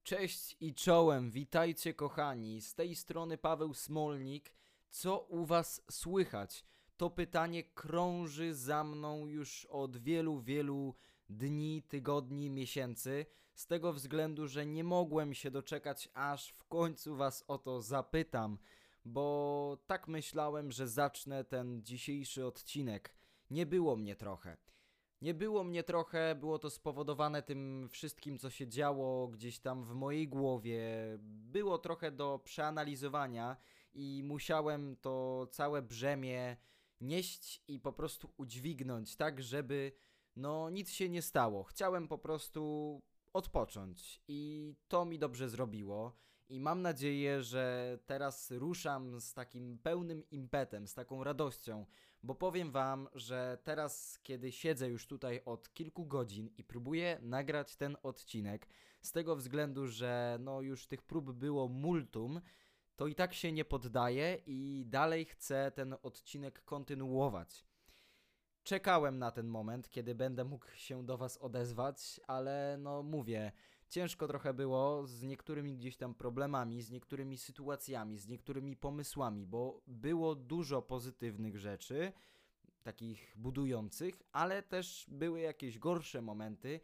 Cześć i czołem, witajcie kochani, z tej strony Paweł Smolnik. Co u was słychać? To pytanie krąży za mną już od wielu dni, tygodni, miesięcy. Z tego względu, że nie mogłem się doczekać, aż w końcu was o to zapytam. Bo tak myślałem, że zacznę ten dzisiejszy odcinek. Nie było mnie trochę. Było to spowodowane tym wszystkim, co się działo gdzieś tam w mojej głowie. Było trochę do przeanalizowania i musiałem to całe brzemię nieść i po prostu udźwignąć, tak żeby nic się nie stało. Chciałem po prostu odpocząć i to mi dobrze zrobiło. I mam nadzieję, że teraz ruszam z takim pełnym impetem, z taką radością, bo powiem wam, że teraz, kiedy siedzę już tutaj od kilku godzin i próbuję nagrać ten odcinek, z tego względu, że już tych prób było multum, to i tak się nie poddaję i dalej chcę ten odcinek kontynuować. Czekałem na ten moment, kiedy będę mógł się do was odezwać, ale mówię, ciężko trochę było z niektórymi gdzieś tam problemami, z niektórymi sytuacjami, z niektórymi pomysłami, bo było dużo pozytywnych rzeczy, takich budujących, ale też były jakieś gorsze momenty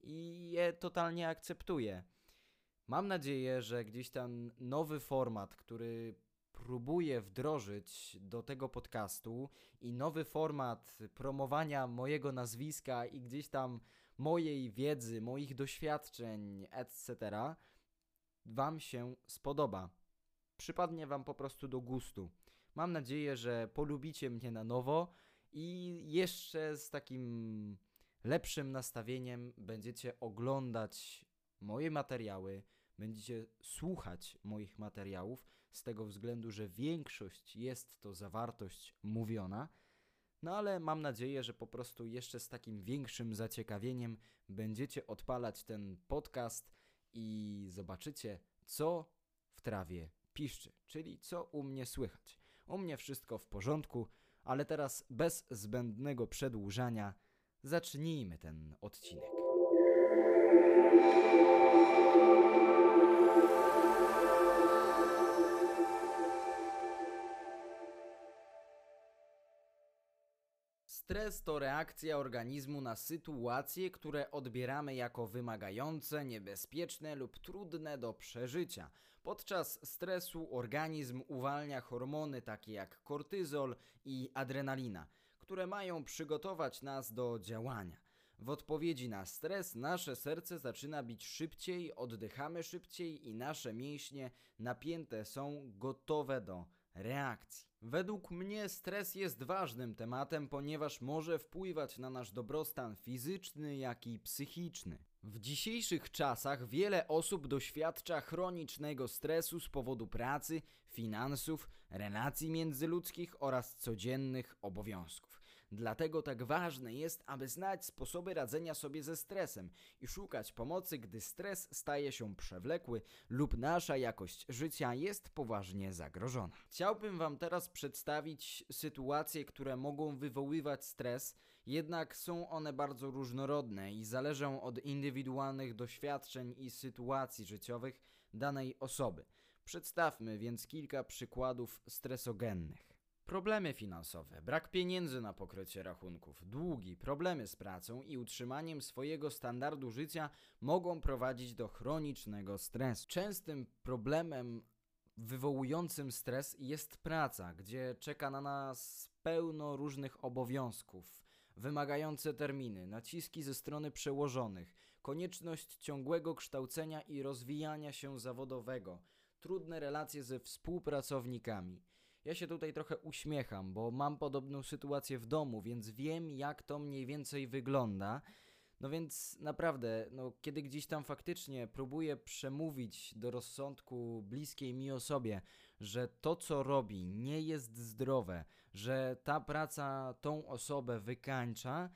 i je totalnie akceptuję. Mam nadzieję, że gdzieś ten nowy format, który próbuję wdrożyć do tego podcastu i nowy format promowania mojego nazwiska i gdzieś tam mojej wiedzy, moich doświadczeń, etc. wam się spodoba. Przypadnie wam po prostu do gustu. Mam nadzieję, że polubicie mnie na nowo i jeszcze z takim lepszym nastawieniem będziecie oglądać moje materiały, będziecie słuchać moich materiałów z tego względu, że większość jest to zawartość mówiona, ale mam nadzieję, że po prostu jeszcze z takim większym zaciekawieniem będziecie odpalać ten podcast i zobaczycie, co w trawie piszczy, czyli co u mnie słychać. U mnie wszystko w porządku, ale teraz bez zbędnego przedłużania zacznijmy ten odcinek. Stres to reakcja organizmu na sytuacje, które odbieramy jako wymagające, niebezpieczne lub trudne do przeżycia. Podczas stresu organizm uwalnia hormony takie jak kortyzol i adrenalina, które mają przygotować nas do działania. W odpowiedzi na stres nasze serce zaczyna bić szybciej, oddychamy szybciej i nasze mięśnie napięte są gotowe do reakcji. Według mnie stres jest ważnym tematem, ponieważ może wpływać na nasz dobrostan fizyczny, jak i psychiczny. W dzisiejszych czasach wiele osób doświadcza chronicznego stresu z powodu pracy, finansów, relacji międzyludzkich oraz codziennych obowiązków. Dlatego tak ważne jest, aby znać sposoby radzenia sobie ze stresem i szukać pomocy, gdy stres staje się przewlekły lub nasza jakość życia jest poważnie zagrożona. Chciałbym wam teraz przedstawić sytuacje, które mogą wywoływać stres, jednak są one bardzo różnorodne i zależą od indywidualnych doświadczeń i sytuacji życiowych danej osoby. Przedstawmy więc kilka przykładów stresogennych. Problemy finansowe, brak pieniędzy na pokrycie rachunków, długi, problemy z pracą i utrzymaniem swojego standardu życia mogą prowadzić do chronicznego stresu. Częstym problemem wywołującym stres jest praca, gdzie czeka na nas pełno różnych obowiązków, wymagające terminy, naciski ze strony przełożonych, konieczność ciągłego kształcenia i rozwijania się zawodowego, trudne relacje ze współpracownikami. Ja się tutaj trochę uśmiecham, bo mam podobną sytuację w domu, więc wiem, jak to mniej więcej wygląda. Więc naprawdę, kiedy gdzieś tam faktycznie próbuję przemówić do rozsądku bliskiej mi osobie, że to, co robi, nie jest zdrowe, że ta praca tą osobę wykańcza,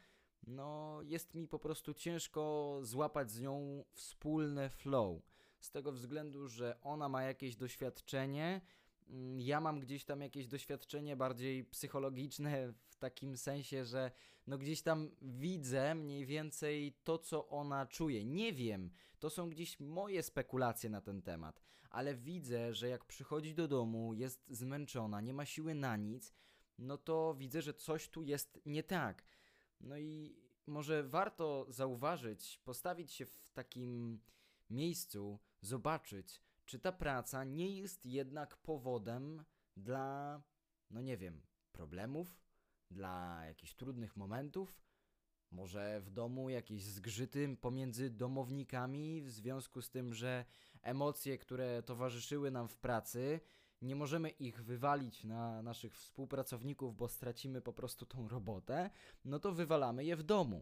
jest mi po prostu ciężko złapać z nią wspólne flow. Z tego względu, że ona ma jakieś doświadczenie, Ja mam gdzieś tam jakieś doświadczenie bardziej psychologiczne w takim sensie, że no gdzieś tam widzę mniej więcej to, co ona czuje. Nie wiem, to są gdzieś moje spekulacje na ten temat, ale widzę, że jak przychodzi do domu, jest zmęczona, nie ma siły na nic, no to widzę, że coś tu jest nie tak. No i może warto zauważyć, postawić się w takim miejscu, zobaczyć, czy ta praca nie jest jednak powodem dla, no nie wiem, problemów, dla jakichś trudnych momentów, może w domu jakieś zgrzyty pomiędzy domownikami w związku z tym, że emocje, które towarzyszyły nam w pracy, nie możemy ich wywalić na naszych współpracowników, bo stracimy po prostu tą robotę, no to wywalamy je w domu.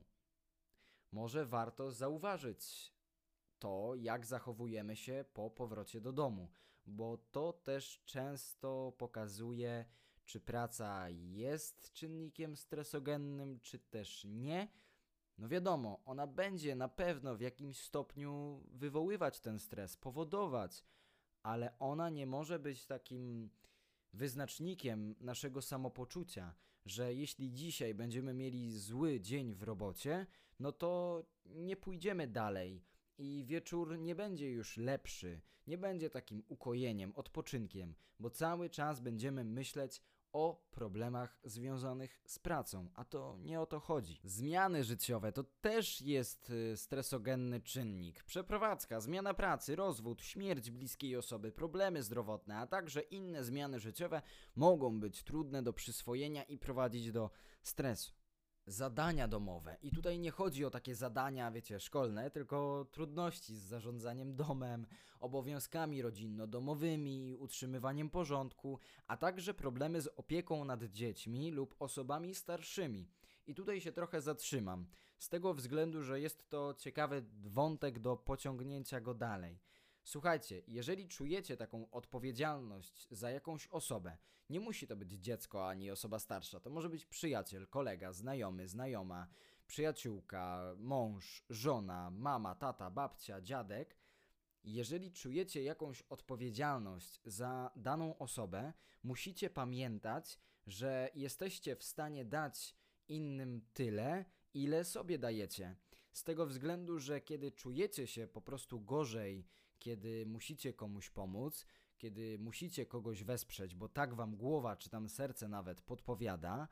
Może warto zauważyć to, jak zachowujemy się po powrocie do domu, bo to też często pokazuje, czy praca jest czynnikiem stresogennym, czy też nie. No wiadomo, ona będzie na pewno w jakimś stopniu wywoływać ten stres, powodować, ale ona nie może być takim wyznacznikiem naszego samopoczucia, że jeśli dzisiaj będziemy mieli zły dzień w robocie, no to nie pójdziemy dalej i wieczór nie będzie już lepszy, nie będzie takim ukojeniem, odpoczynkiem, bo cały czas będziemy myśleć o problemach związanych z pracą, a to nie o to chodzi. Zmiany życiowe to też jest stresogenny czynnik. Przeprowadzka, zmiana pracy, rozwód, śmierć bliskiej osoby, problemy zdrowotne, a także inne zmiany życiowe mogą być trudne do przyswojenia i prowadzić do stresu. Zadania domowe. I tutaj nie chodzi o takie zadania, wiecie, szkolne, tylko trudności z zarządzaniem domem, obowiązkami rodzinno-domowymi, utrzymywaniem porządku, a także problemy z opieką nad dziećmi lub osobami starszymi. I tutaj się trochę zatrzymam, z tego względu, że jest to ciekawy wątek do pociągnięcia go dalej. Słuchajcie, jeżeli czujecie taką odpowiedzialność za jakąś osobę, nie musi to być dziecko ani osoba starsza, to może być przyjaciel, kolega, znajomy, znajoma, przyjaciółka, mąż, żona, mama, tata, babcia, dziadek. Jeżeli czujecie jakąś odpowiedzialność za daną osobę, musicie pamiętać, że jesteście w stanie dać innym tyle, ile sobie dajecie. Z tego względu, że kiedy czujecie się po prostu gorzej, kiedy musicie komuś pomóc, kiedy musicie kogoś wesprzeć, bo tak wam głowa czy tam serce nawet podpowiada,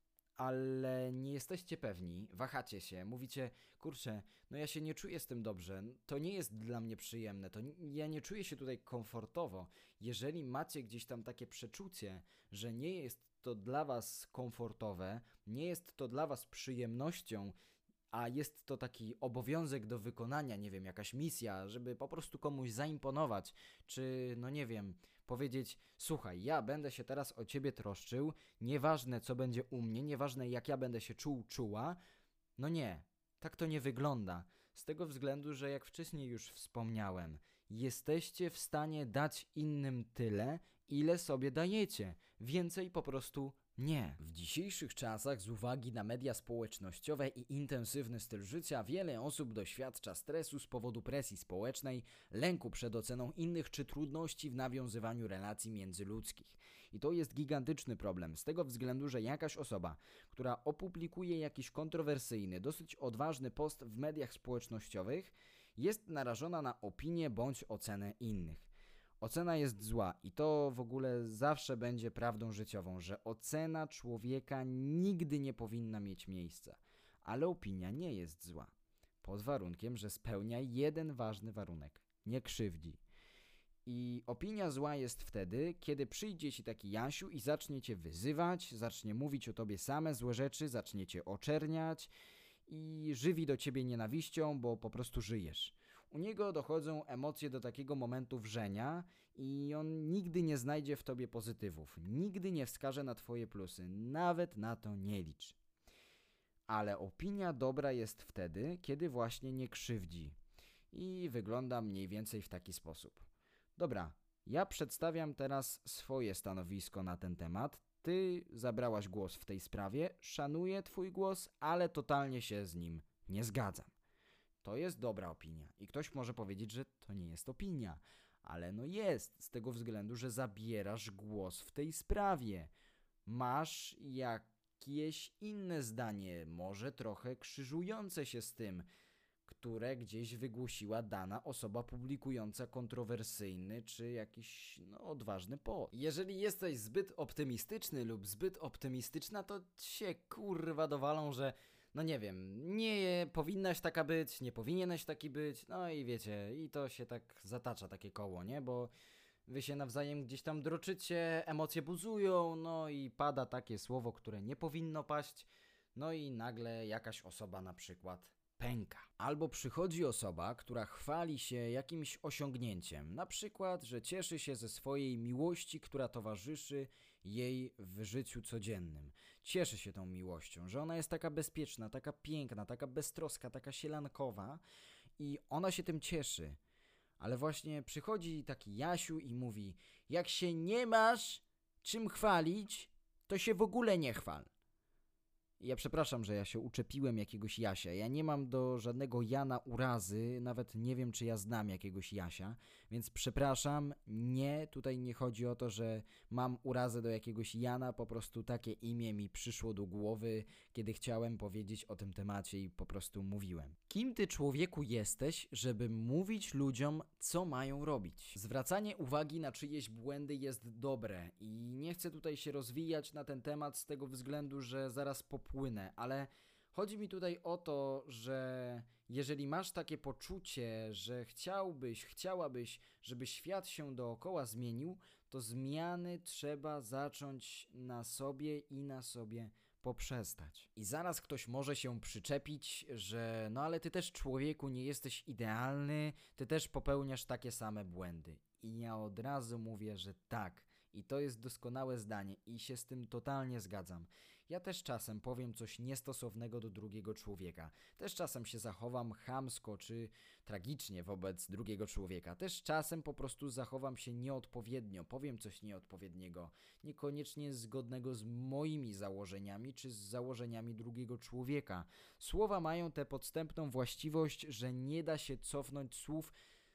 ale nie jesteście pewni, wahacie się, mówicie, kurczę, no ja się nie czuję z tym dobrze, to nie jest dla mnie przyjemne, ja nie czuję się tutaj komfortowo. Jeżeli macie gdzieś tam takie przeczucie, że nie jest to dla was komfortowe, nie jest to dla was przyjemnością, a jest to taki obowiązek do wykonania, nie wiem, jakaś misja, żeby po prostu komuś zaimponować, czy no nie wiem, powiedzieć, słuchaj, ja będę się teraz o ciebie troszczył, nieważne co będzie u mnie, nieważne jak ja będę się czuła, no nie, tak to nie wygląda. Z tego względu, że jak wcześniej już wspomniałem, jesteście w stanie dać innym tyle, ile sobie dajecie. Więcej po prostu nie. W dzisiejszych czasach z uwagi na media społecznościowe i intensywny styl życia wiele osób doświadcza stresu z powodu presji społecznej, lęku przed oceną innych czy trudności w nawiązywaniu relacji międzyludzkich. I to jest gigantyczny problem z tego względu, że jakaś osoba, która opublikuje jakiś kontrowersyjny, dosyć odważny post w mediach społecznościowych, jest narażona na opinię bądź ocenę innych. Ocena jest zła i to w ogóle zawsze będzie prawdą życiową, że ocena człowieka nigdy nie powinna mieć miejsca. Ale opinia nie jest zła. Pod warunkiem, że spełnia jeden ważny warunek. Nie krzywdzi. I opinia zła jest wtedy, kiedy przyjdzie ci taki Jasiu i zacznie cię wyzywać, zacznie mówić o tobie same złe rzeczy, zacznie cię oczerniać i żywi do ciebie nienawiścią, bo po prostu żyjesz. U niego dochodzą emocje do takiego momentu wrzenia i on nigdy nie znajdzie w tobie pozytywów, nigdy nie wskaże na twoje plusy, nawet na to nie licz. Ale opinia dobra jest wtedy, kiedy właśnie nie krzywdzi i wygląda mniej więcej w taki sposób. Dobra, ja przedstawiam teraz swoje stanowisko na ten temat. Ty zabrałaś głos w tej sprawie, szanuję twój głos, ale totalnie się z nim nie zgadzam. To jest dobra opinia i ktoś może powiedzieć, że to nie jest opinia, ale no jest, z tego względu, że zabierasz głos w tej sprawie. Masz jakieś inne zdanie, może trochę krzyżujące się z tym, które gdzieś wygłosiła dana osoba publikująca kontrowersyjny czy jakiś odważny post. Jeżeli jesteś zbyt optymistyczny lub zbyt optymistyczna, to się kurwa dowalą, że nie wiem, nie powinnaś taka być, nie powinieneś taki być, no i wiecie, i to się tak zatacza takie koło, nie? Bo wy się nawzajem gdzieś tam droczycie, emocje buzują, no i pada takie słowo, które nie powinno paść, no i nagle jakaś osoba na przykład pęka. Albo przychodzi osoba, która chwali się jakimś osiągnięciem, na przykład, że cieszy się ze swojej miłości, która towarzyszy jej w życiu codziennym. Cieszy się tą miłością, że ona jest taka bezpieczna, taka piękna, taka beztroska, taka sielankowa i ona się tym cieszy. Ale właśnie przychodzi taki Jasiu i mówi: jak się nie masz czym chwalić, to się w ogóle nie chwal. Ja przepraszam, że ja się uczepiłem jakiegoś Jasia. Ja nie mam do żadnego Jana urazy, nawet nie wiem, czy ja znam jakiegoś Jasia, więc przepraszam, nie, tutaj nie chodzi o to, że mam urazę do jakiegoś Jana, po prostu takie imię mi przyszło do głowy, kiedy chciałem powiedzieć o tym temacie i po prostu mówiłem. Kim ty, człowieku, jesteś, żeby mówić ludziom, co mają robić? Zwracanie uwagi na czyjeś błędy jest dobre i nie chcę tutaj się rozwijać na ten temat z tego względu, że zaraz popłynę, ale chodzi mi tutaj o to, że jeżeli masz takie poczucie, że chciałabyś, żeby świat się dookoła zmienił, to zmiany trzeba zacząć na sobie i na sobie poprzestać. I zaraz ktoś może się przyczepić, że ale ty też, człowieku, nie jesteś idealny, ty też popełniasz takie same błędy. I ja od razu mówię, że tak. I to jest doskonałe zdanie i się z tym totalnie zgadzam. Ja też czasem powiem coś niestosownego do drugiego człowieka. Też czasem się zachowam chamsko czy tragicznie wobec drugiego człowieka. Też czasem po prostu zachowam się nieodpowiednio, powiem coś nieodpowiedniego, niekoniecznie zgodnego z moimi założeniami czy z założeniami drugiego człowieka. Słowa mają tę podstępną właściwość, że nie da się cofnąć słów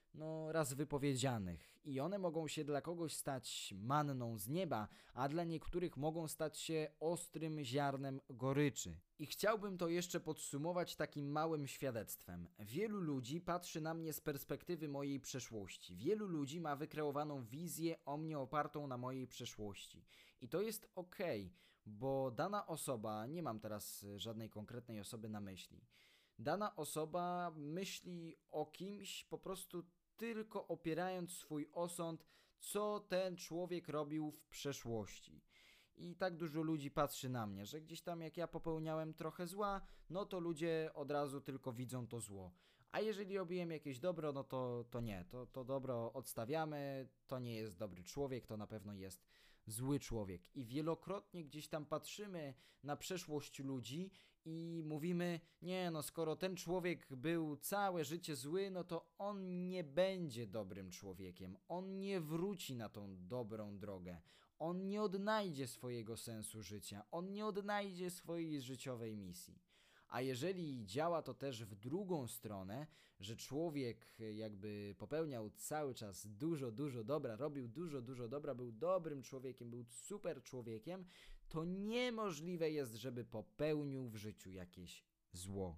raz wypowiedzianych i one mogą się dla kogoś stać manną z nieba, a dla niektórych mogą stać się ostrym ziarnem goryczy. I chciałbym to jeszcze podsumować takim małym świadectwem. Wielu ludzi patrzy na mnie z perspektywy mojej przeszłości. Wielu ludzi ma wykreowaną wizję o mnie opartą na mojej przeszłości. I to jest okej, bo dana osoba, nie mam teraz żadnej konkretnej osoby na myśli, dana osoba myśli o kimś po prostu tylko opierając swój osąd, co ten człowiek robił w przeszłości. I tak dużo ludzi patrzy na mnie, że gdzieś tam jak ja popełniałem trochę zła, to ludzie od razu tylko widzą to zło. A jeżeli robiłem jakieś dobro, to nie, to dobro odstawiamy, to nie jest dobry człowiek, to na pewno jest zły człowiek. I wielokrotnie gdzieś tam patrzymy na przeszłość ludzi i mówimy, skoro ten człowiek był całe życie zły, to on nie będzie dobrym człowiekiem, on nie wróci na tą dobrą drogę, on nie odnajdzie swojego sensu życia, on nie odnajdzie swojej życiowej misji. A jeżeli działa to też w drugą stronę, że człowiek jakby popełniał cały czas dużo dobra, robił dużo dobra, był dobrym człowiekiem, był super człowiekiem, to niemożliwe jest, żeby popełnił w życiu jakieś zło.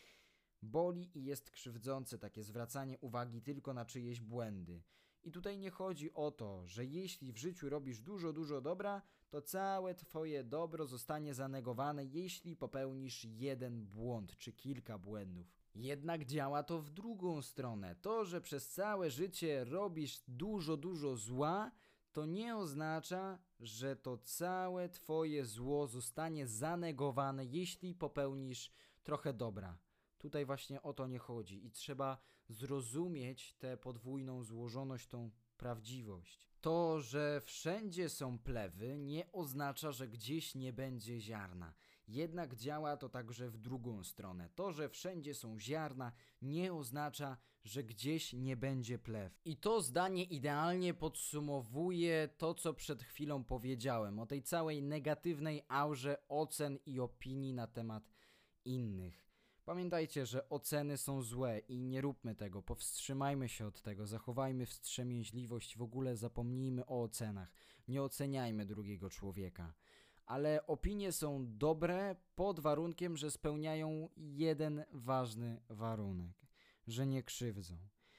Boli i jest krzywdzące takie zwracanie uwagi tylko na czyjeś błędy. I tutaj nie chodzi o to, że jeśli w życiu robisz dużo dobra, to całe twoje dobro zostanie zanegowane, jeśli popełnisz jeden błąd czy kilka błędów. Jednak działa to w drugą stronę. To, że przez całe życie robisz dużo zła, to nie oznacza, że to całe twoje zło zostanie zanegowane, jeśli popełnisz trochę dobra. Tutaj właśnie o to nie chodzi i trzeba zrozumieć tę podwójną złożoność, tą prawdziwość. To, że wszędzie są plewy, nie oznacza, że gdzieś nie będzie ziarna. Jednak działa to także w drugą stronę. To, że wszędzie są ziarna, nie oznacza, że gdzieś nie będzie plew. I to zdanie idealnie podsumowuje to, co przed chwilą powiedziałem, o tej całej negatywnej aurze ocen i opinii na temat innych. Pamiętajcie, że oceny są złe i nie róbmy tego, powstrzymajmy się od tego, zachowajmy wstrzemięźliwość, w ogóle zapomnijmy o ocenach, nie oceniajmy drugiego człowieka. Ale opinie są dobre pod warunkiem, że spełniają jeden ważny warunek, że nie krzywdzą.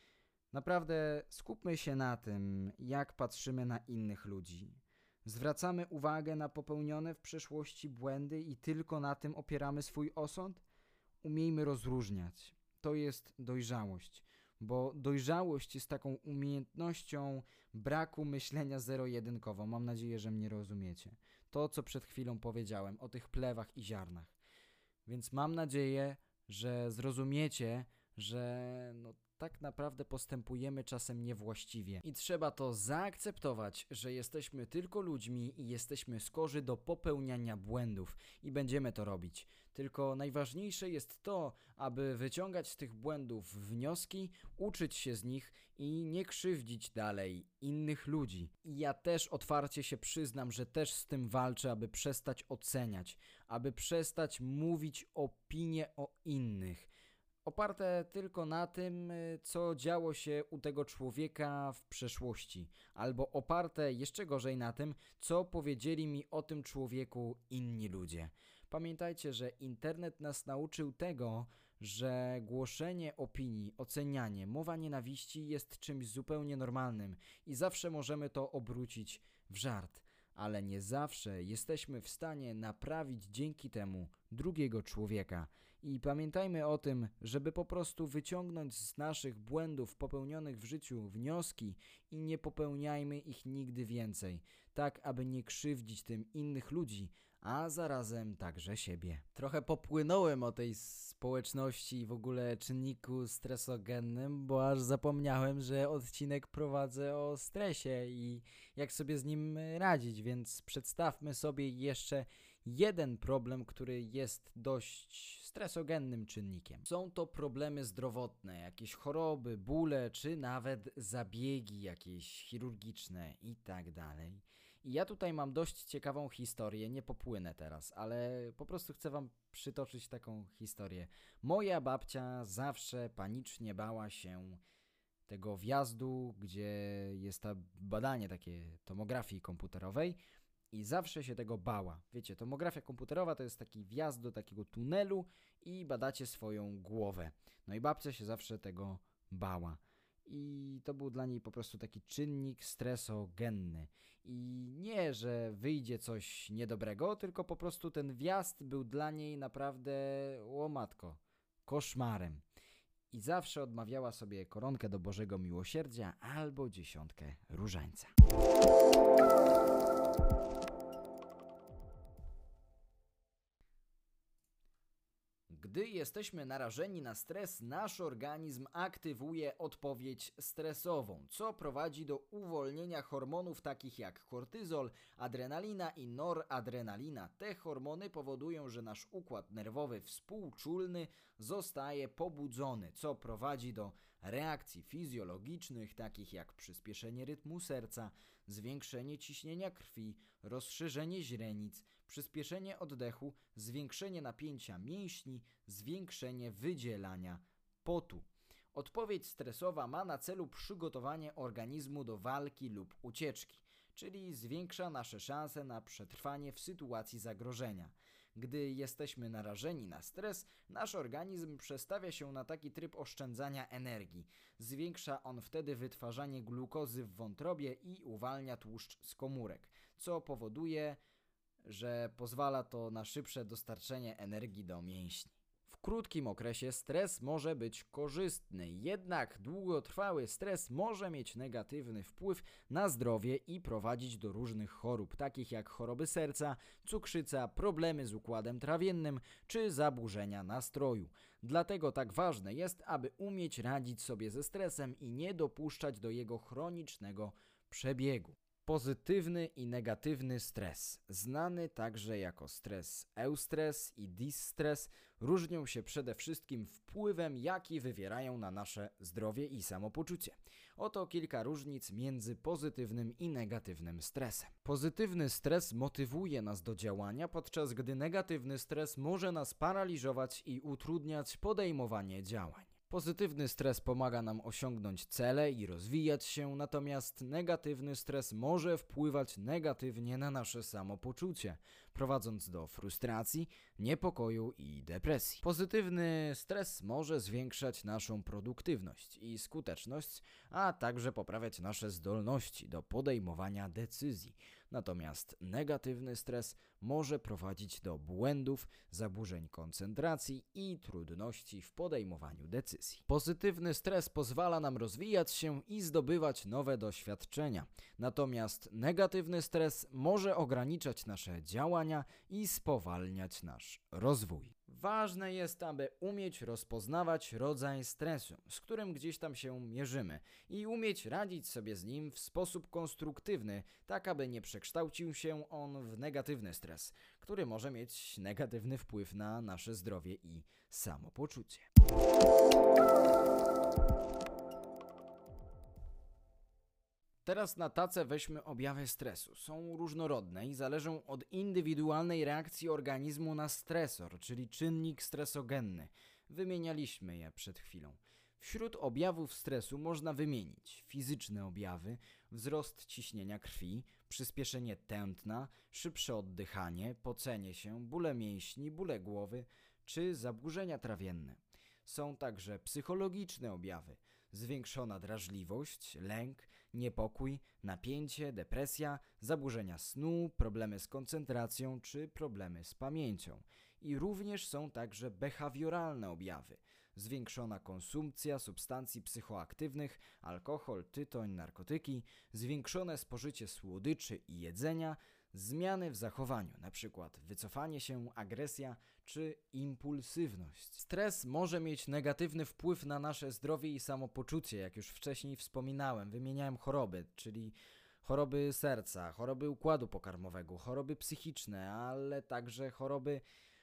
Naprawdę skupmy się na tym, jak patrzymy na innych ludzi. Zwracamy uwagę na popełnione w przeszłości błędy i tylko na tym opieramy swój osąd? Umiejmy rozróżniać. To jest dojrzałość, bo dojrzałość jest taką umiejętnością braku myślenia zero-jedynkowo. Mam nadzieję, że mnie rozumiecie. To, co przed chwilą powiedziałem o tych plewach i ziarnach. Więc mam nadzieję, że zrozumiecie, że tak naprawdę postępujemy czasem niewłaściwie. I trzeba to zaakceptować, że jesteśmy tylko ludźmi i jesteśmy skorzy do popełniania błędów i będziemy to robić. Tylko najważniejsze jest to, aby wyciągać z tych błędów wnioski, uczyć się z nich i nie krzywdzić dalej innych ludzi. I ja też otwarcie się przyznam, że też z tym walczę, aby przestać oceniać, aby przestać mówić opinie o innych, oparte tylko na tym, co działo się u tego człowieka w przeszłości, albo oparte jeszcze gorzej na tym, co powiedzieli mi o tym człowieku inni ludzie. Pamiętajcie, że internet nas nauczył tego, że głoszenie opinii, ocenianie, mowa nienawiści jest czymś zupełnie normalnym i zawsze możemy to obrócić w żart, ale nie zawsze jesteśmy w stanie naprawić dzięki temu drugiego człowieka. I pamiętajmy o tym, żeby po prostu wyciągnąć z naszych błędów popełnionych w życiu wnioski i nie popełniajmy ich nigdy więcej, tak aby nie krzywdzić tym innych ludzi, a zarazem także siebie. Trochę popłynąłem o tej społeczności i w ogóle czynniku stresogennym, bo aż zapomniałem, że odcinek prowadzę o stresie i jak sobie z nim radzić, więc przedstawmy sobie jeszcze jeden problem, który jest dość stresogennym czynnikiem. Są to problemy zdrowotne, jakieś choroby, bóle, czy nawet zabiegi jakieś chirurgiczne i tak dalej. I ja tutaj mam dość ciekawą historię, nie popłynę teraz, ale po prostu chcę wam przytoczyć taką historię. Moja babcia zawsze panicznie bała się tego wjazdu, gdzie jest to badanie takie tomografii komputerowej i zawsze się tego bała. Wiecie, tomografia komputerowa to jest taki wjazd do takiego tunelu i badacie swoją głowę. No i babcia się zawsze tego bała. I to był dla niej po prostu taki czynnik stresogenny. I nie, że wyjdzie coś niedobrego, tylko po prostu ten wjazd był dla niej naprawdę, o matko, koszmarem. I zawsze odmawiała sobie koronkę do Bożego Miłosierdzia albo 10 różańca. Gdy jesteśmy narażeni na stres, nasz organizm aktywuje odpowiedź stresową, co prowadzi do uwolnienia hormonów takich jak kortyzol, adrenalina i noradrenalina. Te hormony powodują, że nasz układ nerwowy współczulny zostaje pobudzony, co prowadzi do reakcji fizjologicznych takich jak przyspieszenie rytmu serca, zwiększenie ciśnienia krwi, rozszerzenie źrenic, przyspieszenie oddechu, zwiększenie napięcia mięśni, zwiększenie wydzielania potu. Odpowiedź stresowa ma na celu przygotowanie organizmu do walki lub ucieczki, czyli zwiększa nasze szanse na przetrwanie w sytuacji zagrożenia. Gdy jesteśmy narażeni na stres, nasz organizm przestawia się na taki tryb oszczędzania energii. Zwiększa on wtedy wytwarzanie glukozy w wątrobie i uwalnia tłuszcz z komórek, co powoduje, że pozwala to na szybsze dostarczenie energii do mięśni. W krótkim okresie stres może być korzystny, jednak długotrwały stres może mieć negatywny wpływ na zdrowie i prowadzić do różnych chorób, takich jak choroby serca, cukrzyca, problemy z układem trawiennym czy zaburzenia nastroju. Dlatego tak ważne jest, aby umieć radzić sobie ze stresem i nie dopuszczać do jego chronicznego przebiegu. Pozytywny i negatywny stres, znany także jako stres eustres i disstres, różnią się przede wszystkim wpływem, jaki wywierają na nasze zdrowie i samopoczucie. Oto kilka różnic między pozytywnym i negatywnym stresem. Pozytywny stres motywuje nas do działania, podczas gdy negatywny stres może nas paraliżować i utrudniać podejmowanie działań. Pozytywny stres pomaga nam osiągnąć cele i rozwijać się, natomiast negatywny stres może wpływać negatywnie na nasze samopoczucie, prowadząc do frustracji, niepokoju i depresji. Pozytywny stres może zwiększać naszą produktywność i skuteczność, a także poprawiać nasze zdolności do podejmowania decyzji. Natomiast negatywny stres może prowadzić do błędów, zaburzeń koncentracji i trudności w podejmowaniu decyzji. Pozytywny stres pozwala nam rozwijać się i zdobywać nowe doświadczenia. Natomiast negatywny stres może ograniczać nasze działania i spowalniać nasz rozwój. Ważne jest, aby umieć rozpoznawać rodzaj stresu, z którym gdzieś tam się mierzymy i umieć radzić sobie z nim w sposób konstruktywny, tak aby nie przekształcił się on w negatywny stres, który może mieć negatywny wpływ na nasze zdrowie i samopoczucie. Teraz na tacę weźmy objawy stresu. Są różnorodne i zależą od indywidualnej reakcji organizmu na stresor, czyli czynnik stresogenny. Wymienialiśmy je przed chwilą. Wśród objawów stresu można wymienić fizyczne objawy, wzrost ciśnienia krwi, przyspieszenie tętna, szybsze oddychanie, pocenie się, bóle mięśni, bóle głowy czy zaburzenia trawienne. Są także psychologiczne objawy, zwiększona drażliwość, lęk, niepokój, napięcie, depresja, zaburzenia snu, problemy z koncentracją czy problemy z pamięcią. I również są także behawioralne objawy, zwiększona konsumpcja substancji psychoaktywnych, alkohol, tytoń, narkotyki, zwiększone spożycie słodyczy i jedzenia, zmiany w zachowaniu, np. wycofanie się, agresja czy impulsywność. Stres może mieć negatywny wpływ na nasze zdrowie i samopoczucie, jak już wcześniej wspominałem. Wymieniałem choroby, czyli choroby serca, choroby układu pokarmowego, choroby psychiczne, ale także choroby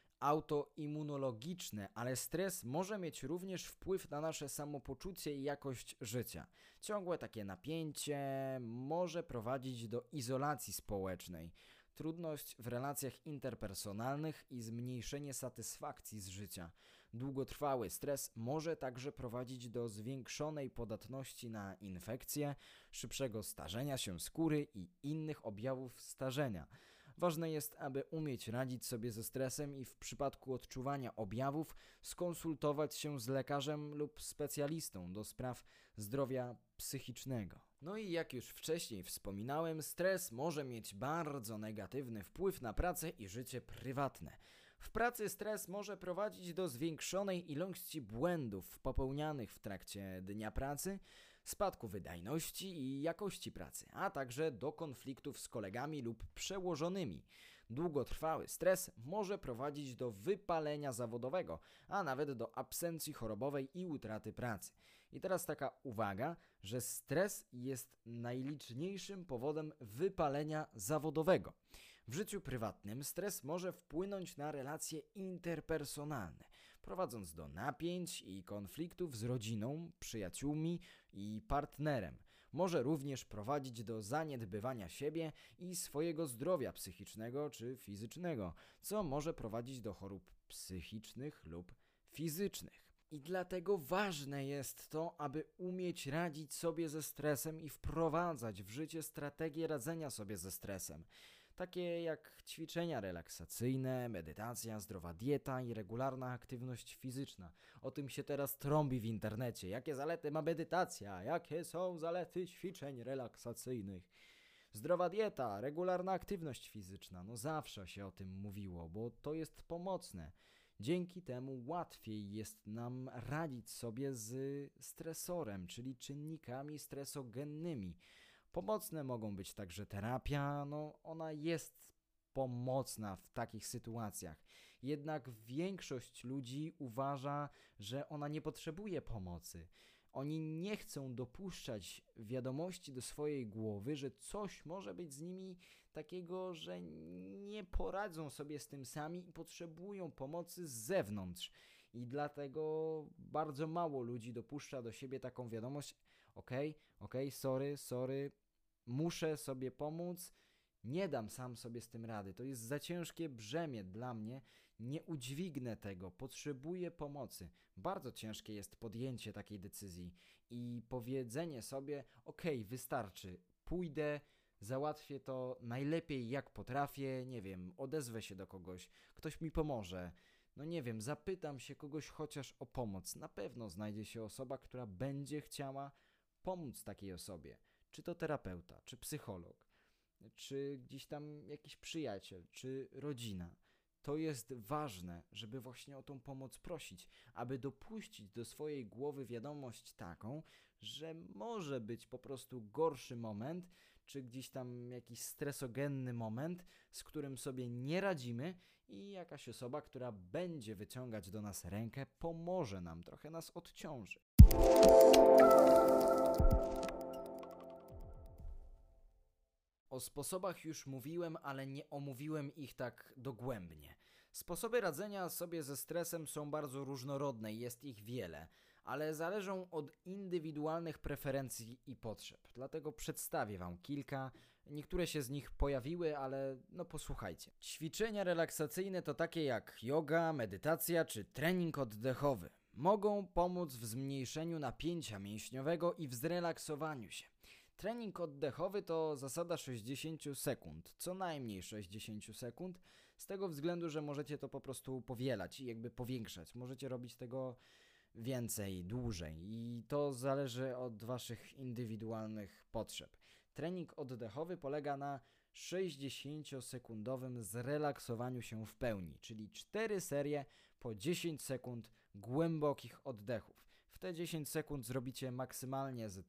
autoimmunologiczne, ale stres może mieć również wpływ na nasze samopoczucie i jakość życia. Ciągłe takie napięcie może prowadzić do izolacji społecznej, trudność w relacjach interpersonalnych i zmniejszenie satysfakcji z życia. Długotrwały stres może także prowadzić do zwiększonej podatności na infekcje, szybszego starzenia się skóry i innych objawów starzenia. Ważne jest, aby umieć radzić sobie ze stresem i w przypadku odczuwania objawów skonsultować się z lekarzem lub specjalistą do spraw zdrowia psychicznego. No i jak już wcześniej wspominałem, stres może mieć bardzo negatywny wpływ na pracę i życie prywatne. W pracy stres może prowadzić do zwiększonej ilości błędów popełnianych w trakcie dnia pracy, spadku wydajności i jakości pracy, a także do konfliktów z kolegami lub przełożonymi. Długotrwały stres może prowadzić do wypalenia zawodowego, a nawet do absencji chorobowej i utraty pracy. I teraz taka uwaga, że stres jest najliczniejszym powodem wypalenia zawodowego. W życiu prywatnym stres może wpłynąć na relacje interpersonalne, prowadząc do napięć i konfliktów z rodziną, przyjaciółmi i partnerem. Może również prowadzić do zaniedbywania siebie i swojego zdrowia psychicznego czy fizycznego, co może prowadzić do chorób psychicznych lub fizycznych. I dlatego ważne jest to, aby umieć radzić sobie ze stresem i wprowadzać w życie strategie radzenia sobie ze stresem. Takie jak ćwiczenia relaksacyjne, medytacja, zdrowa dieta i regularna aktywność fizyczna. O tym się teraz trąbi w internecie. Jakie zalety ma medytacja? Jakie są zalety ćwiczeń relaksacyjnych? Zdrowa dieta, regularna aktywność fizyczna. No zawsze się o tym mówiło, bo to jest pomocne. Dzięki temu łatwiej jest nam radzić sobie z stresorem, czyli czynnikami stresogennymi. Pomocne mogą być także terapia, ona jest pomocna w takich sytuacjach. Jednak większość ludzi uważa, że ona nie potrzebuje pomocy. Oni nie chcą dopuszczać wiadomości do swojej głowy, że coś może być z nimi takiego, że nie poradzą sobie z tym sami i potrzebują pomocy z zewnątrz. I dlatego bardzo mało ludzi dopuszcza do siebie taką wiadomość: okej, sorry, muszę sobie pomóc, nie dam sam sobie z tym rady, to jest za ciężkie brzemię dla mnie, nie udźwignę tego, potrzebuję pomocy. Bardzo ciężkie jest podjęcie takiej decyzji i powiedzenie sobie: wystarczy, pójdę, załatwię to najlepiej jak potrafię, nie wiem, odezwę się do kogoś, ktoś mi pomoże. No nie wiem, zapytam się kogoś chociaż o pomoc. Na pewno znajdzie się osoba, która będzie chciała pomóc takiej osobie. Czy to terapeuta, czy psycholog, czy gdzieś tam jakiś przyjaciel, czy rodzina. To jest ważne, żeby właśnie o tą pomoc prosić, aby dopuścić do swojej głowy wiadomość taką, że może być po prostu gorszy moment, czy gdzieś tam jakiś stresogenny moment, z którym sobie nie radzimy i jakaś osoba, która będzie wyciągać do nas rękę, pomoże nam, trochę nas odciąży. O sposobach już mówiłem, ale nie omówiłem ich tak dogłębnie. Sposoby radzenia sobie ze stresem są bardzo różnorodne i jest ich wiele, ale zależą od indywidualnych preferencji i potrzeb. Dlatego przedstawię Wam kilka. Niektóre się z nich pojawiły, ale posłuchajcie. Ćwiczenia relaksacyjne to takie jak yoga, medytacja czy trening oddechowy. Mogą pomóc w zmniejszeniu napięcia mięśniowego i w zrelaksowaniu się. Trening oddechowy to zasada 60 sekund, co najmniej 60 sekund, z tego względu, że możecie to po prostu powielać i jakby powiększać. Możecie robić tego więcej, dłużej i to zależy od Waszych indywidualnych potrzeb. Trening oddechowy polega na 60-sekundowym zrelaksowaniu się w pełni, czyli 4 serie po 10 sekund głębokich oddechów. W te 10 sekund zrobicie maksymalnie ze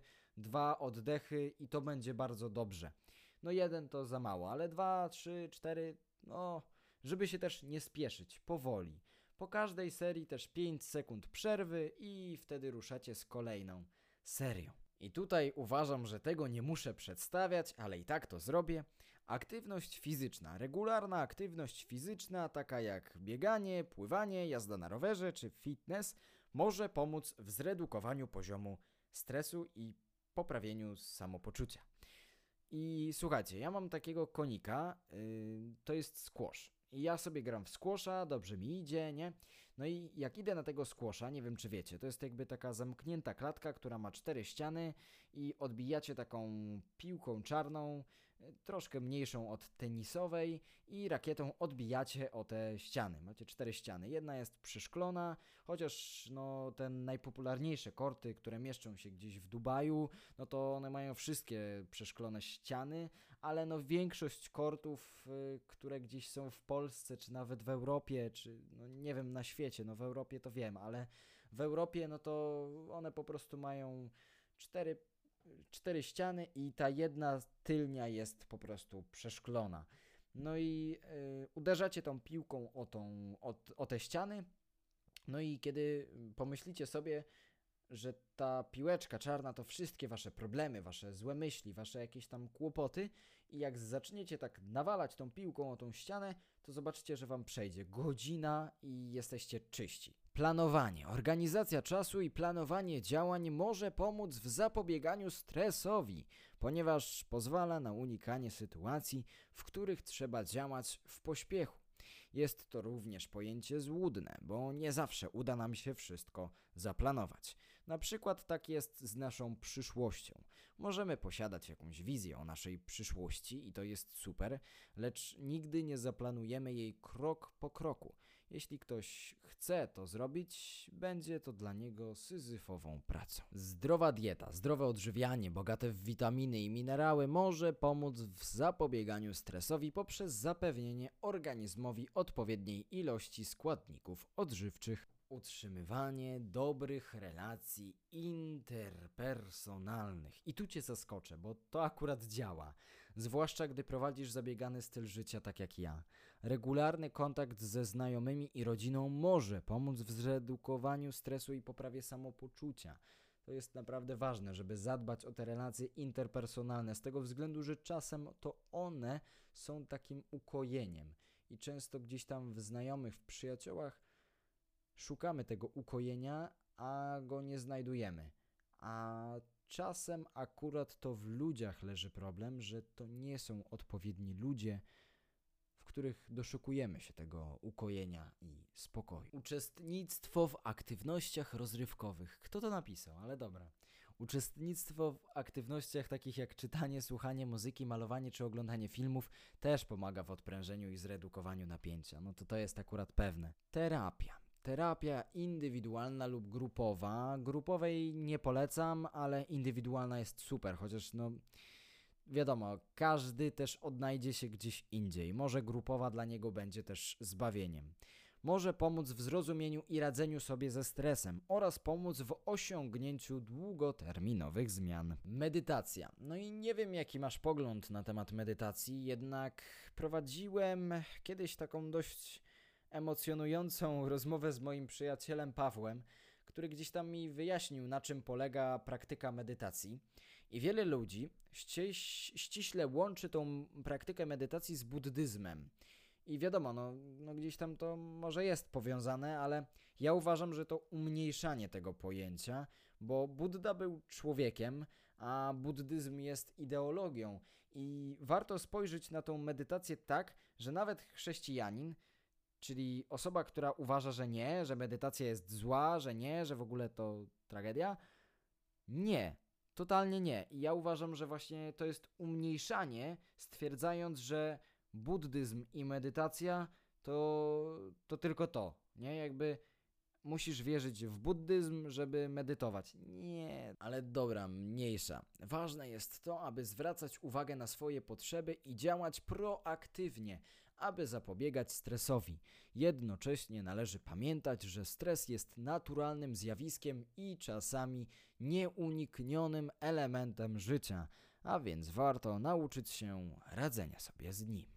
2 oddechy i to będzie bardzo dobrze. 1 to za mało, ale 2, 3, 4, żeby się też nie spieszyć, powoli. Po każdej serii też 5 sekund przerwy i wtedy ruszacie z kolejną serią. I tutaj uważam, że tego nie muszę przedstawiać, ale i tak to zrobię. Aktywność fizyczna. Regularna aktywność fizyczna, taka jak bieganie, pływanie, jazda na rowerze czy fitness, może pomóc w zredukowaniu poziomu stresu i poprawieniu samopoczucia. I słuchajcie, ja mam takiego konika, to jest squash. I ja sobie gram w squasha, dobrze mi idzie, nie? No i jak idę na tego squasha, nie wiem czy wiecie, to jest jakby taka zamknięta klatka, która ma 4 ściany i odbijacie taką piłką czarną, troszkę mniejszą od tenisowej i rakietą odbijacie o te ściany. Macie 4 ściany. Jedna jest przeszklona, chociaż te najpopularniejsze korty, które mieszczą się gdzieś w Dubaju, to one mają wszystkie przeszklone ściany, ale większość kortów, które gdzieś są w Polsce, czy nawet w Europie, czy nie wiem, na świecie, w Europie to wiem, ale w Europie to one po prostu mają 4 ściany i ta jedna tylnia jest po prostu przeszklona. I uderzacie tą piłką o te ściany. I kiedy pomyślicie sobie, że ta piłeczka czarna to wszystkie wasze problemy, wasze złe myśli, wasze jakieś tam kłopoty i jak zaczniecie tak nawalać tą piłką o tą ścianę, to zobaczycie, że wam przejdzie godzina i jesteście czyści. Planowanie. Organizacja czasu i planowanie działań może pomóc w zapobieganiu stresowi, ponieważ pozwala na unikanie sytuacji, w których trzeba działać w pośpiechu. Jest to również pojęcie złudne, bo nie zawsze uda nam się wszystko zaplanować. Na przykład tak jest z naszą przyszłością. Możemy posiadać jakąś wizję o naszej przyszłości i to jest super, lecz nigdy nie zaplanujemy jej krok po kroku. Jeśli ktoś chce to zrobić, będzie to dla niego syzyfową pracą. Zdrowa dieta, zdrowe odżywianie, bogate w witaminy i minerały może pomóc w zapobieganiu stresowi poprzez zapewnienie organizmowi odpowiedniej ilości składników odżywczych. Utrzymywanie dobrych relacji interpersonalnych. I tu Cię zaskoczę, bo to akurat działa. Zwłaszcza gdy prowadzisz zabiegany styl życia tak jak ja. Regularny kontakt ze znajomymi i rodziną może pomóc w zredukowaniu stresu i poprawie samopoczucia. To jest naprawdę ważne, żeby zadbać o te relacje interpersonalne, z tego względu, że czasem to one są takim ukojeniem i często gdzieś tam w znajomych, w przyjaciołach szukamy tego ukojenia, a go nie znajdujemy. A czasem akurat to w ludziach leży problem, że to nie są odpowiedni ludzie, w których doszukujemy się tego ukojenia i spokoju. Uczestnictwo w aktywnościach rozrywkowych. Kto to napisał? Ale dobra. Uczestnictwo w aktywnościach takich jak czytanie, słuchanie muzyki, malowanie czy oglądanie filmów też pomaga w odprężeniu i zredukowaniu napięcia. No to jest akurat pewne. Terapia. Terapia indywidualna lub grupowa. Grupowej nie polecam, ale indywidualna jest super, chociaż wiadomo, każdy też odnajdzie się gdzieś indziej. Może grupowa dla niego będzie też zbawieniem. Może pomóc w zrozumieniu i radzeniu sobie ze stresem oraz pomóc w osiągnięciu długoterminowych zmian. Medytacja. No i nie wiem, jaki masz pogląd na temat medytacji, jednak prowadziłem kiedyś taką dość emocjonującą rozmowę z moim przyjacielem Pawłem, który gdzieś tam mi wyjaśnił, na czym polega praktyka medytacji. I wiele ludzi ściśle łączy tą praktykę medytacji z buddyzmem. I wiadomo, gdzieś tam to może jest powiązane, ale ja uważam, że to umniejszanie tego pojęcia, bo Budda był człowiekiem, a buddyzm jest ideologią. I warto spojrzeć na tą medytację tak, że nawet chrześcijanin, czyli osoba, która uważa, że nie, że medytacja jest zła, że nie, że w ogóle to tragedia, nie. Totalnie nie. I ja uważam, że właśnie to jest umniejszanie, stwierdzając, że buddyzm i medytacja to tylko to, nie? Jakby musisz wierzyć w buddyzm, żeby medytować. Nie, ale dobra, mniejsza. Ważne jest to, aby zwracać uwagę na swoje potrzeby i działać proaktywnie, aby zapobiegać stresowi. Jednocześnie należy pamiętać, że stres jest naturalnym zjawiskiem i czasami nieuniknionym elementem życia, a więc warto nauczyć się radzenia sobie z nim.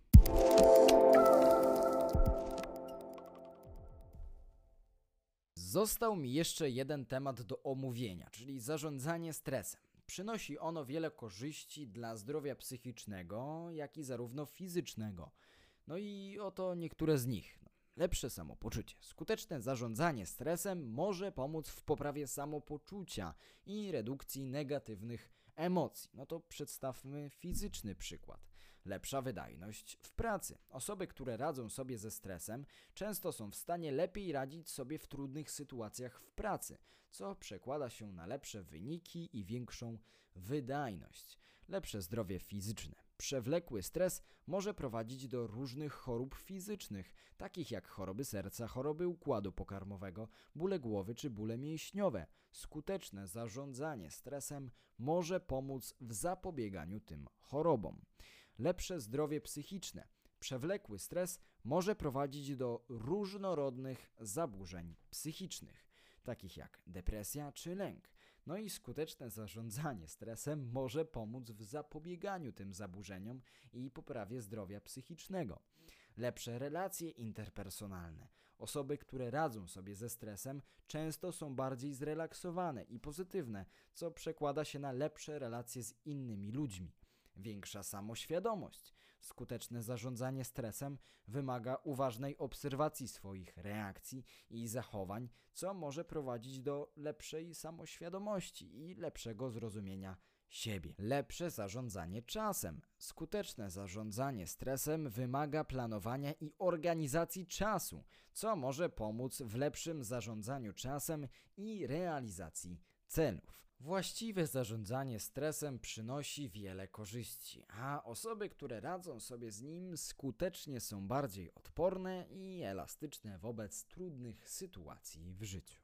Został mi jeszcze jeden temat do omówienia, czyli zarządzanie stresem. Przynosi ono wiele korzyści dla zdrowia psychicznego, jak i zarówno fizycznego. No i oto niektóre z nich. Lepsze samopoczucie. Skuteczne zarządzanie stresem może pomóc w poprawie samopoczucia i redukcji negatywnych emocji. No to przedstawmy fizyczny przykład. Lepsza wydajność w pracy. Osoby, które radzą sobie ze stresem, często są w stanie lepiej radzić sobie w trudnych sytuacjach w pracy, co przekłada się na lepsze wyniki i większą wydajność. Lepsze zdrowie fizyczne. Przewlekły stres może prowadzić do różnych chorób fizycznych, takich jak choroby serca, choroby układu pokarmowego, bóle głowy czy bóle mięśniowe. Skuteczne zarządzanie stresem może pomóc w zapobieganiu tym chorobom. Lepsze zdrowie psychiczne. Przewlekły stres może prowadzić do różnorodnych zaburzeń psychicznych, takich jak depresja czy lęk. No i skuteczne zarządzanie stresem może pomóc w zapobieganiu tym zaburzeniom i poprawie zdrowia psychicznego. Lepsze relacje interpersonalne. Osoby, które radzą sobie ze stresem, często są bardziej zrelaksowane i pozytywne, co przekłada się na lepsze relacje z innymi ludźmi. Większa samoświadomość. Skuteczne zarządzanie stresem wymaga uważnej obserwacji swoich reakcji i zachowań, co może prowadzić do lepszej samoświadomości i lepszego zrozumienia siebie. Lepsze zarządzanie czasem. Skuteczne zarządzanie stresem wymaga planowania i organizacji czasu, co może pomóc w lepszym zarządzaniu czasem i realizacji celów. Właściwe zarządzanie stresem przynosi wiele korzyści, a osoby, które radzą sobie z nim, skutecznie są bardziej odporne i elastyczne wobec trudnych sytuacji w życiu.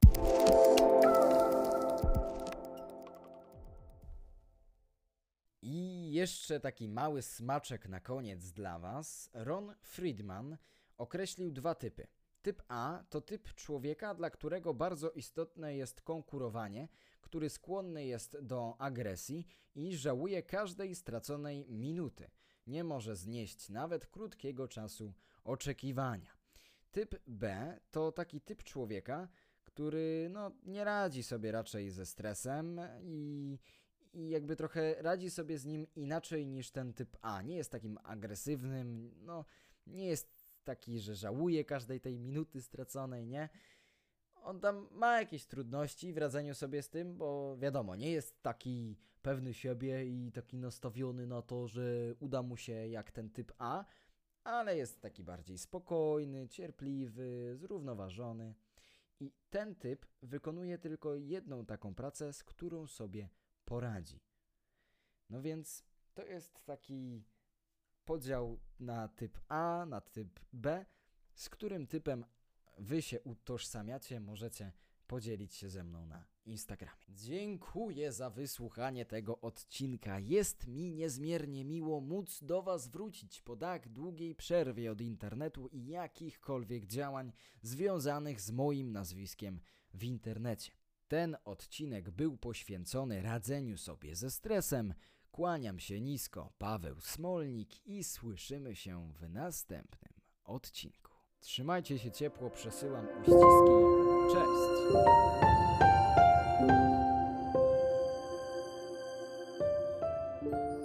I jeszcze taki mały smaczek na koniec dla Was. Ron Friedman określił dwa typy. Typ A to typ człowieka, dla którego bardzo istotne jest konkurowanie, który skłonny jest do agresji i żałuje każdej straconej minuty. Nie może znieść nawet krótkiego czasu oczekiwania. Typ B to taki typ człowieka, który no, nie radzi sobie raczej ze stresem i jakby trochę radzi sobie z nim inaczej niż ten typ A. Nie jest takim agresywnym, no nie jest taki, że żałuje każdej tej minuty straconej, nie? On tam ma jakieś trudności w radzeniu sobie z tym, bo wiadomo, nie jest taki pewny siebie i taki nastawiony na to, że uda mu się jak ten typ A, ale jest taki bardziej spokojny, cierpliwy, zrównoważony. I ten typ wykonuje tylko jedną taką pracę, z którą sobie poradzi. No więc to jest taki podział na typ A, na typ B, z którym typem wy się utożsamiacie, możecie podzielić się ze mną na Instagramie. Dziękuję za wysłuchanie tego odcinka. Jest mi niezmiernie miło móc do was wrócić po tak długiej przerwie od internetu i jakichkolwiek działań związanych z moim nazwiskiem w internecie. Ten odcinek był poświęcony radzeniu sobie ze stresem. Kłaniam się nisko, Paweł Smolnik i słyszymy się w następnym odcinku. Trzymajcie się ciepło, przesyłam uściski. Cześć!